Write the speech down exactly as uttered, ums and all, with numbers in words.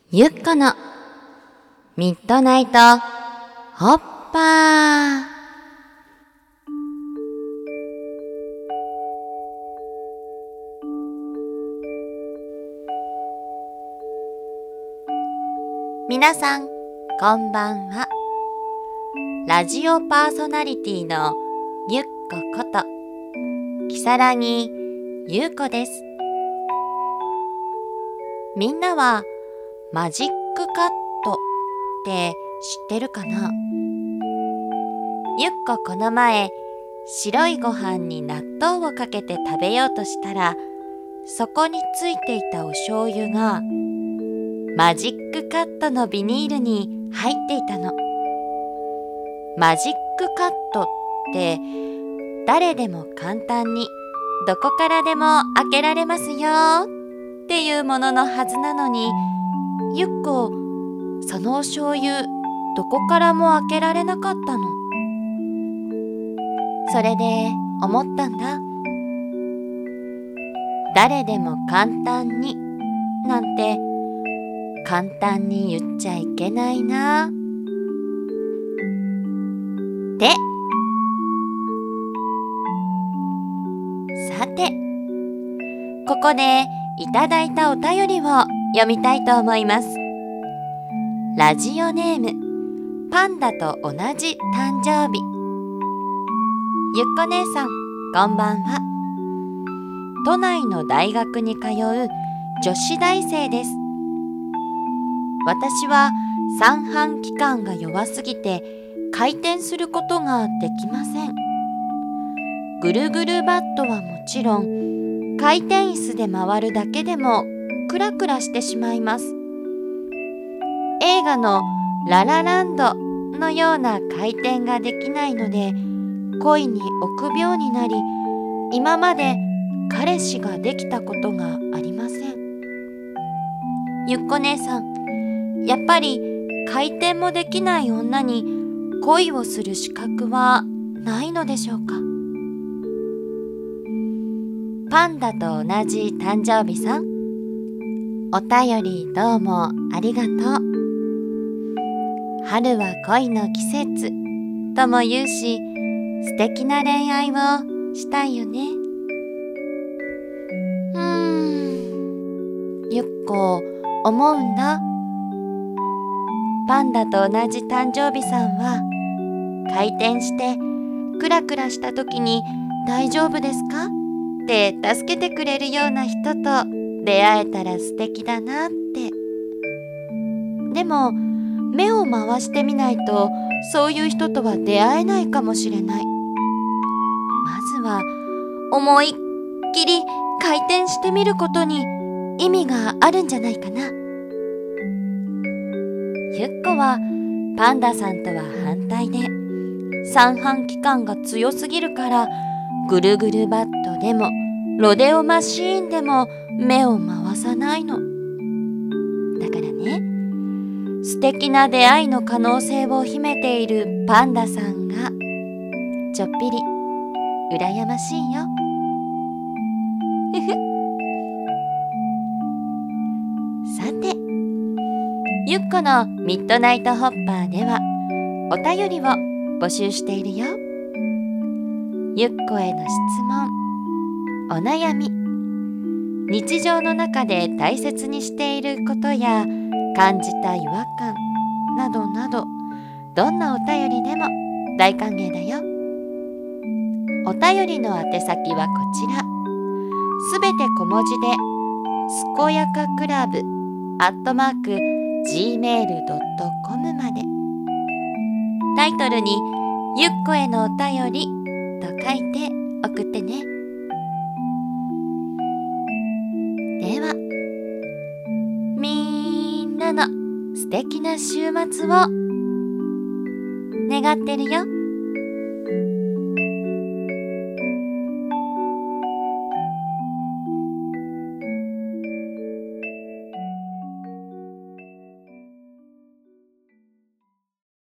ゆっこのミッドナイトホッパー。皆さんこんばんは。ラジオパーソナリティのゆっここときさらぎゆうこです。みんなはマジックカットって知ってるかな？ゆっここの前白いご飯に納豆をかけて食べようとしたら、そこについていたお醤油がマジックカットのビニールに入っていたの。マジックカットって誰でも簡単にどこからでも開けられますよっていうもののはずなのに、ゆっこそのお醤油どこからも開けられなかったの。それで思ったんだ。誰でも簡単になんて簡単に言っちゃいけないなってさて、ここでいただいたお便りを読みたいと思います。ラジオネームパンダと同じ誕生日。ゆっこ姉さんこんばんは。都内の大学に通う女子大生です。私は三半規管が弱すぎて回転することができません。ぐるぐるバットはもちろん、回転椅子で回るだけでもクラクラしてしまいます。映画のララランドのような回転ができないので、恋に臆病になり、今まで彼氏ができたことがありません。ゆっこ姉さん、やっぱり回転もできない女に恋をする資格はないのでしょうか？パンダと同じ誕生日さん、お便りどうもありがとう。春は恋の季節とも言うし、素敵な恋愛をしたいよね。うーん、ゆっこ思うんだ。パンダと同じ誕生日さんは回転してクラクラした時に大丈夫ですかって助けてくれるような人と出会えたら素敵だなって。でも目を回してみないとそういう人とは出会えないかもしれない。まずは思いっきり回転してみることに意味があるんじゃないかな。ゆっこはパンダさんとは反対で、三半規管が強すぎるからぐるぐるバットでもロデオマシーンでも目を回さないの。だからね、素敵な出会いの可能性を秘めているパンダさんがちょっぴり羨ましいよ。ふふ。さて、ゆっこのミッドナイトホッパーではお便りを募集しているよ。ゆっこへの質問、お悩み、日常の中で大切にしていることや感じた違和感などなど、どんなお便りでも大歓迎だよ。お便りの宛先はこちら。すべて小文字で、すこやかクラブアットマーク ジーメールドットコム まで。タイトルにゆっこへのお便りと書いて送ってね。では、みんなの素敵な週末を願ってるよ。